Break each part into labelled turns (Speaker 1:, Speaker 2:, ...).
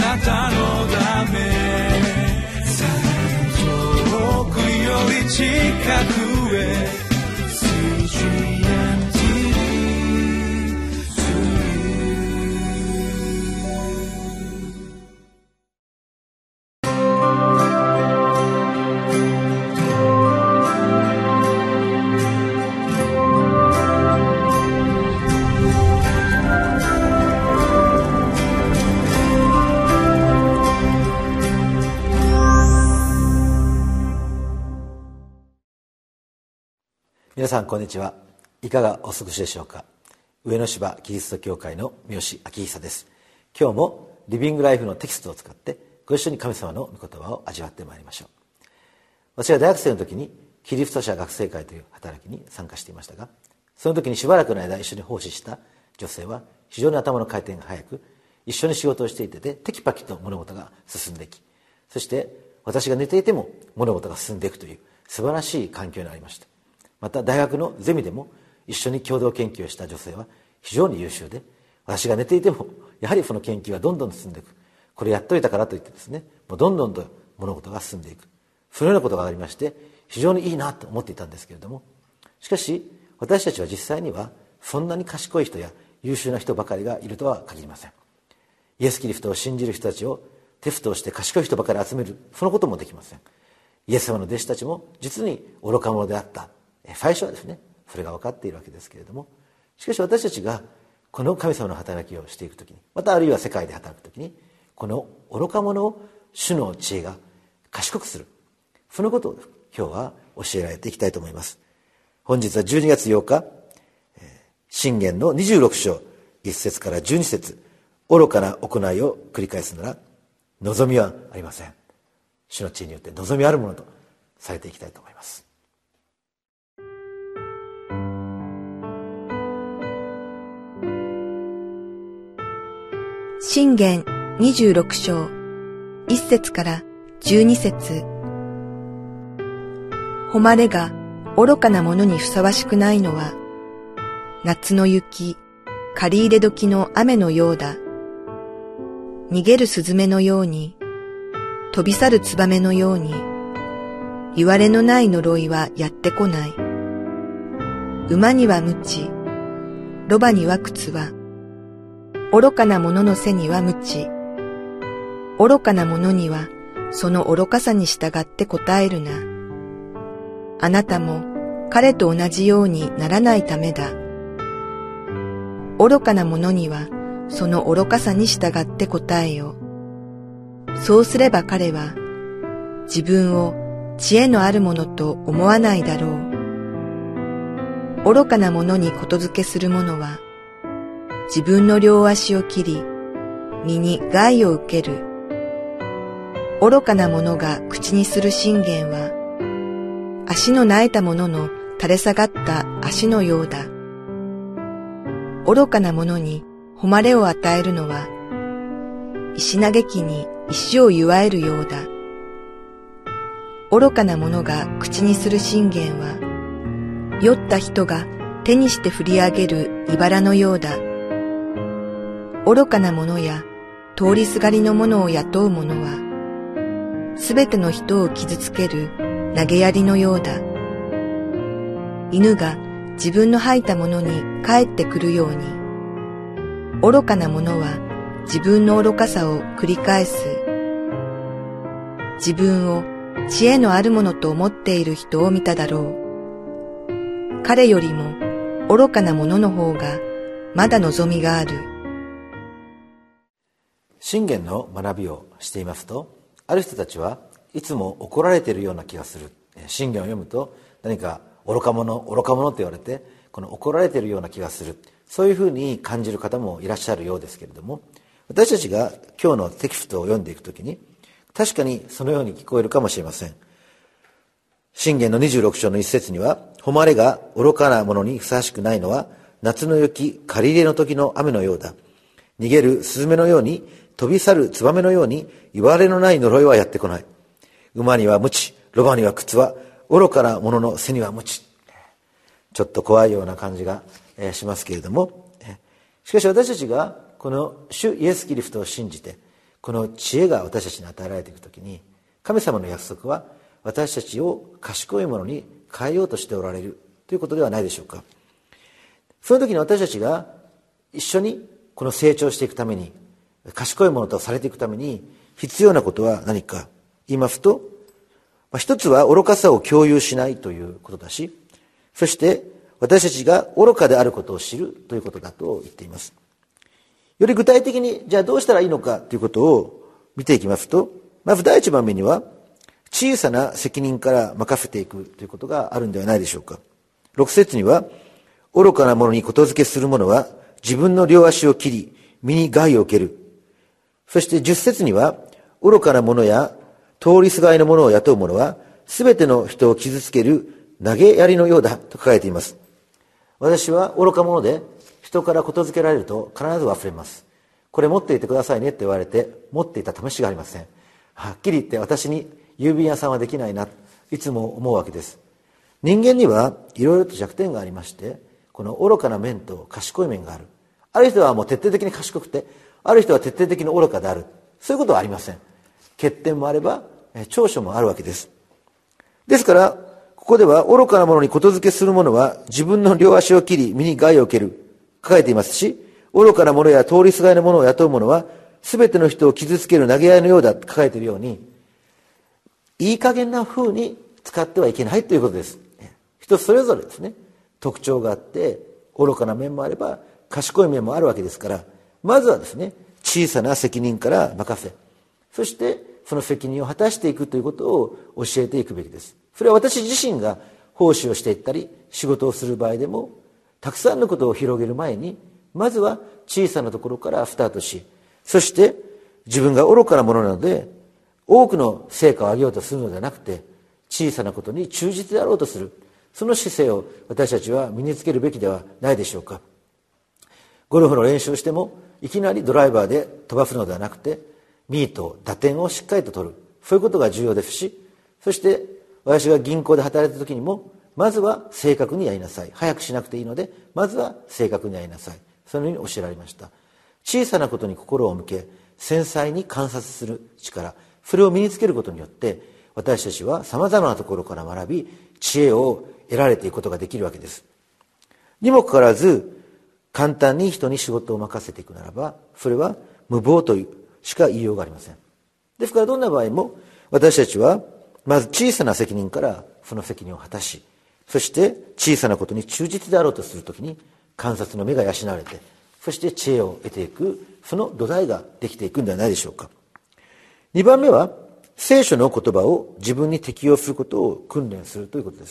Speaker 1: なたのため遠くより近くへ
Speaker 2: 皆さんこんにちは。いかがお過ごしでしょうか。上野芝キリスト教会の三好明久です。今日もリビングライフのテキストを使ってご一緒に神様の御言葉を味わってまいりましょう。私は大学生の時にキリスト者学生会という働きに参加していましたが、その時にしばらくの間一緒に奉仕した女性は非常に頭の回転が速く、一緒に仕事をしていてテキパキと物事が進んでいき、そして私が寝ていても物事が進んでいくという素晴らしい環境にありました。また大学のゼミでも一緒に共同研究をした女性は非常に優秀で、私が寝ていてもやはりその研究はどんどん進んでいく。これやっといたからといってですね、もうどんどんと物事が進んでいく。そのようなことがありまして非常にいいなと思っていたんですけれども、しかし私たちは実際にはそんなに賢い人や優秀な人ばかりがいるとは限りません。イエス・キリストを信じる人たちをテストをして賢い人ばかり集める、そのこともできません。イエス様の弟子たちも実に愚か者であった。最初はですね、それが分かっているわけですけれども、しかし私たちがこの神様の働きをしていくときに、またあるいは世界で働くときに、この愚か者を主の知恵が賢くする、そのことを今日は教えられていきたいと思います。本日は12月8日、箴言の26章1節から12節、愚かな行いを繰り返すなら望みはありません。主の知恵によって望みあるものとされていきたいと思います。
Speaker 3: 箴言26章1節から12節。誉れが愚かなものにふさわしくないのは、夏の雪、借り入れ時の雨のようだ。逃げるスズメのように、飛び去るツバメのように、いわれのない呪いはやってこない。馬には鞭、ロバには靴輪。愚かな者の背には鞭。愚かな者にはその愚かさに従って答えるな。あなたも彼と同じようにならないためだ。愚かな者にはその愚かさに従って答えよ。そうすれば彼は自分を知恵のあるものと思わないだろう。愚かな者にことづけする者は自分の両足を切り、身に害を受ける。愚かな者が口にする箴言は、足の萎えた者の垂れ下がった足のようだ。愚かな者に誉れを与えるのは、石嘆きに石を祝えるようだ。愚かな者が口にする箴言は、酔った人が手にして振り上げる茨のようだ。愚かな者や通りすがりの者を雇う者は、すべての人を傷つける投げやりのようだ。犬が自分の吐いたものに帰ってくるように、愚かな者は自分の愚かさを繰り返す。自分を知恵のあるものと思っている人を見ただろう。彼よりも愚かな者の方がまだ望みがある。
Speaker 2: 箴言の学びをしていますと、ある人たちはいつも怒られているような気がする。箴言を読むと何か愚か者愚か者と言われて、この怒られているような気がする、そういうふうに感じる方もいらっしゃるようですけれども、私たちが今日のテキストを読んでいくときに確かにそのように聞こえるかもしれません。箴言の26章の一節には、誉れが愚かな者にふさわしくないのは、夏の雪、借り入れの時の雨のようだ。逃げるスズメのように、飛び去るツバメのように、いわれのない呪いはやってこない。馬には鞭、ロバには靴輪、愚かな者の背には鞭。ちょっと怖いような感じがしますけれども、しかし私たちがこの主イエス・キリストを信じて、 この知恵が私たちに与えられていくときに、神様の約束は私たちを賢いものに変えようとしておられるということではないでしょうか。その時に私たちが一緒にこの成長していくために、賢いものとされていくために必要なことは何か言いますと、一つは愚かさを共有しないということだし、そして私たちが愚かであることを知るということだと言っています。より具体的にじゃあどうしたらいいのかということを見ていきますと、まず第一番目には小さな責任から任せていくということがあるんではないでしょうか。6節には、愚かな者にことづけする者は自分の両足を切り身に害を受ける。そして10節には、愚かな者や通りすがりの者を雇う者はすべての人を傷つける投げやりのようだと書かれています。私は愚か者で人からことづけられると必ず忘れます。これ持っていてくださいねって言われて持っていた試しがありません。はっきり言って私に郵便屋さんはできないな、いつも思うわけです。人間にはいろいろと弱点がありまして、この愚かな面と賢い面がある。ある人はもう徹底的に賢くて、ある人は徹底的に愚かである。そういうことはありません。欠点もあれば長所もあるわけです。ですからここでは愚かな者にことづけする者は自分の両足を切り身に害を受ける書かれていますし、愚かな者や通りすがりの者を雇う者はすべての人を傷つける投げ合いのようだと書かれているように、いい加減な風に使ってはいけないということです。人それぞれですね、特徴があって愚かな面もあれば賢い面もあるわけですから、まずはですね、小さな責任から任せ、そしてその責任を果たしていくということを教えていくべきです。それは私自身が奉仕をしていったり仕事をする場合でも、たくさんのことを広げる前にまずは小さなところからスタートし、そして自分が愚かなものなので多くの成果を上げようとするのではなくて、小さなことに忠実であろうとする、その姿勢を私たちは身につけるべきではないでしょうか。ゴルフの練習をしてもいきなりドライバーで飛ばすのではなくて、ミート、打点をしっかりと取る、そういうことが重要ですし、そして私が銀行で働いた時にも、まずは正確にやりなさい。早くしなくていいのでまずは正確にやりなさい。そのように教えられました。小さなことに心を向け、繊細に観察する力、それを身につけることによって私たちはさまざまなところから学び、知恵を得られていくことができるわけです。にもかかわらず簡単に人に仕事を任せていくならば、それは無謀というしか言いようがありません。ですからどんな場合も私たちはまず小さな責任からその責任を果たし、そして小さなことに忠実であろうとするときに観察の目が養われて、そして知恵を得ていく、その土台ができていくんではないでしょうか。2番目は聖書の言葉を自分に適用することを訓練するということです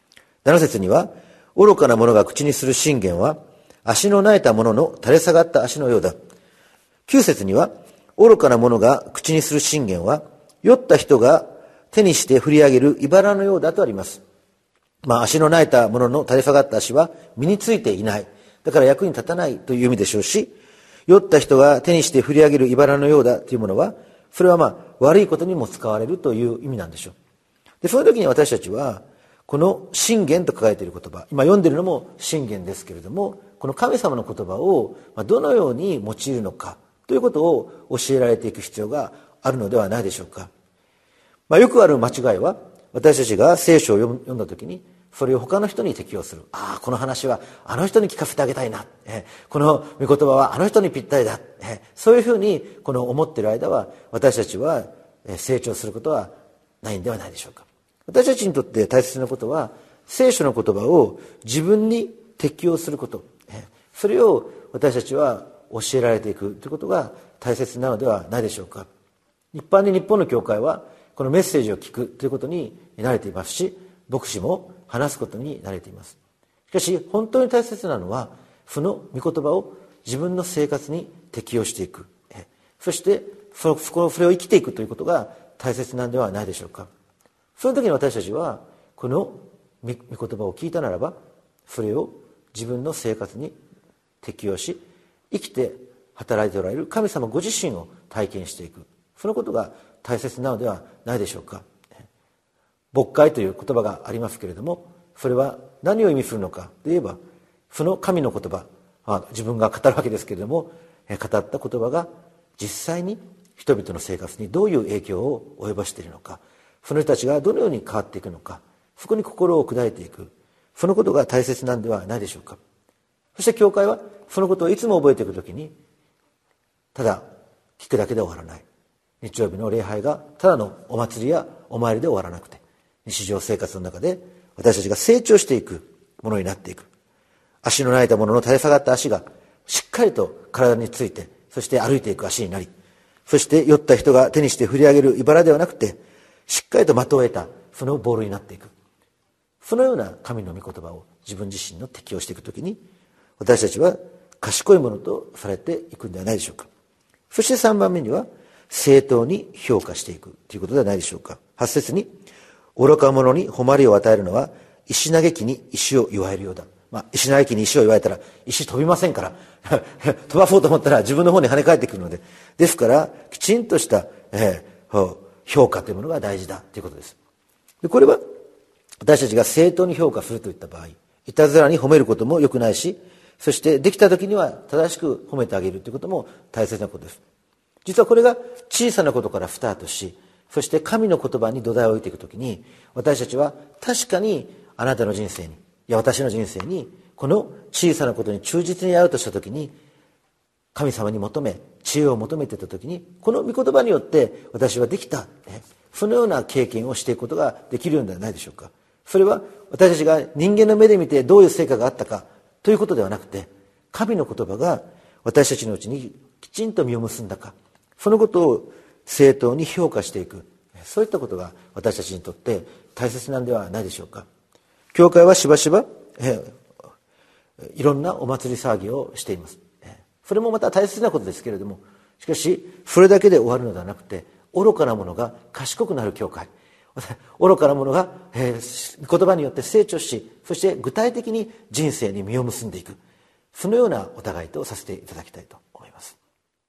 Speaker 2: 。7節には、愚かな者が口にする箴言は足の苗えた者の垂れ下がった足のようだ。9節には、愚かな者が口にする箴言は酔った人が手にして振り上げる茨のようだとあります。足の苗えた者の垂れ下がった足は身についていない、だから役に立たないという意味でしょうし、酔った人が手にして振り上げる茨のようだというものは、それは悪いことにも使われるという意味なんでしょう。で、その時に私たちはこの箴言と書かれている言葉、今読んでいるのも箴言ですけれども、この神様の言葉をどのように用いるのかということを教えられていく必要があるのではないでしょうか。よくある間違いは、私たちが聖書を読んだ時にそれを他の人に適用する。この話はあの人に聞かせてあげたいな、この御言葉はあの人にぴったりだ、そういうふうに思っている間は私たちは成長することはないんではないでしょうか。私たちにとって大切なことは、聖書の言葉を自分に適用すること、それを私たちは教えられていくということが大切なのではないでしょうか。一般に日本の教会はこのメッセージを聞くということに慣れていますし、牧師も話すことに慣れています。しかし本当に大切なのは、その御言葉を自分の生活に適用していく、そしてそれを生きていくということが大切なんではないでしょうか。その時に私たちはこの御言葉を聞いたならば、それを自分の生活に適用し、生きて働いておられる神様ご自身を体験していく、そのことが大切なのではないでしょうか。牧会という言葉がありますけれども、それは何を意味するのかといえば、その神の言葉、自分が語るわけですけれども、語った言葉が実際に人々の生活にどういう影響を及ぼしているのか、その人たちがどのように変わっていくのか、そこに心を砕いていく、そのことが大切なんではないでしょうか。そして教会はそのことをいつも覚えていくときに、ただ聞くだけで終わらない。日曜日の礼拝がただのお祭りやお参りで終わらなくて、日常生活の中で私たちが成長していくものになっていく。足の泣いた者の垂れ下がった足がしっかりと体について、そして歩いていく足になり、そして酔った人が手にして振り上げる茨ではなくて、しっかりと的を得たそのボールになっていく。そのような神の御言葉を自分自身の適用していくときに、私たちは賢いものとされていくんではないでしょうか。そして3番目には、正当に評価していくということではないでしょうか。8節に、愚か者に誉れを与えるのは、石投げ機に石を祝えるようだ。石投げ機に石を祝えたら、石飛びませんから、飛ばそうと思ったら自分の方に跳ね返ってくるので、ですから、きちんとした、評価というものが大事だということです。で、これは、私たちが正当に評価するといった場合、いたずらに褒めることも良くないし、そしてできた時には正しく褒めてあげるということも大切なことです。実はこれが小さなことからスタートし、そして神の言葉に土台を置いていくときに、私たちは確かにあなたの人生に、いや私の人生に、この小さなことに忠実にやろうとしたときに、神様に求め、知恵を求めていたときに、この御言葉によって私はできた、そのような経験をしていくことができるのではないでしょうか。それは私たちが人間の目で見てどういう成果があったかということではなくて、神の言葉が私たちのうちにきちんと実を結んだか、そのことを正当に評価していく、そういったことが私たちにとって大切なんではないでしょうか。教会はしばしば、いろんなお祭り騒ぎをしています。それもまた大切なことですけれども、しかしそれだけで終わるのではなくて、愚かな者が賢くなる教会、愚かな者が、言葉によって成長し、そして具体的に人生に実を結んでいく、そのようなお互いとさせていただきたいと思います。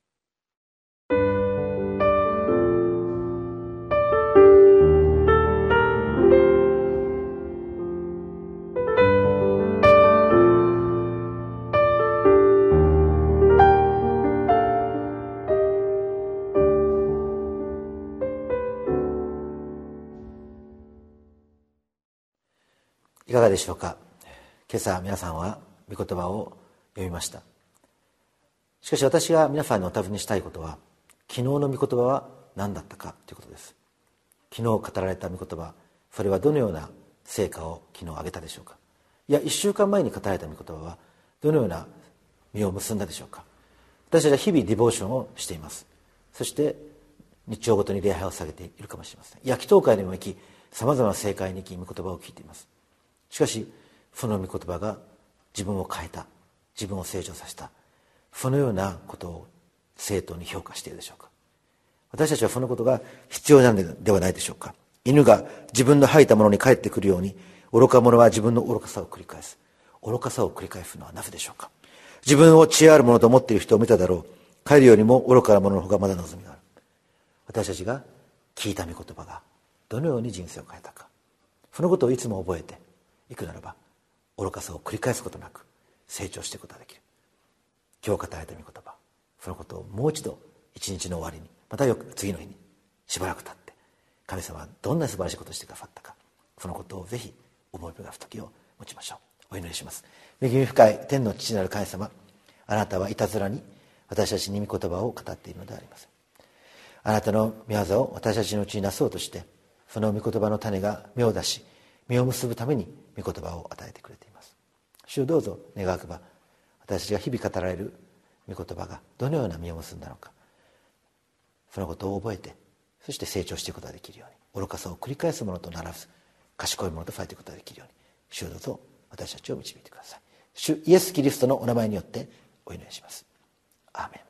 Speaker 2: いかがでしょうか。今朝皆さんは御言葉を読みました。しかし私が皆さんにお尋ねしたいことは、昨日の御言葉は何だったかということです。昨日語られた御言葉、それはどのような成果を昨日挙げたでしょうか。いや、1週間前に語られた御言葉はどのような実を結んだでしょうか。私たちは日々ディボーションをしています。そして日曜ごとに礼拝を下げているかもしれません。祈祷会にも行き、さまざまな聖会に行き、御言葉を聞いています。しかしその御言葉が自分を変えた、自分を成長させた、そのようなことを正当に評価しているでしょうか。私たちはそのことが必要なのではないでしょうか。犬が自分の吐いたものに帰ってくるように、愚か者は自分の愚かさを繰り返す。愚かさを繰り返すのはなぜでしょうか。自分を知恵あるものと思っている人を見ただろう。彼よりも愚かな者の方がまだ望みがある。私たちが聞いた御言葉がどのように人生を変えたか、そのことをいつも覚えていくならば、愚かさを繰り返すことなく成長していくことができる。今日語られた御言葉、そのことをもう一度一日の終わりに、また次の日にしばらく経って、神様はどんな素晴らしいことをしてくださったか、そのことをぜひ思い描く時を持ちましょう。お祈りします。恵み深い天の父なる神様、あなたはいたずらに私たちに御言葉を語っているのではありません。あなたの御業を私たちのうちになそうとして、その御言葉の種が芽を出し、実を結ぶために御言葉を与えてくれています。主をどうぞ願わくば、私たちが日々語られる御言葉がどのような実を結んだのか、そのことを覚えて、そして成長していくことができるように、愚かさを繰り返すものとならず、賢いものとされていくことができるように、主をどうぞ私たちを導いてください。主イエス・キリストのお名前によってお祈りします。アーメン。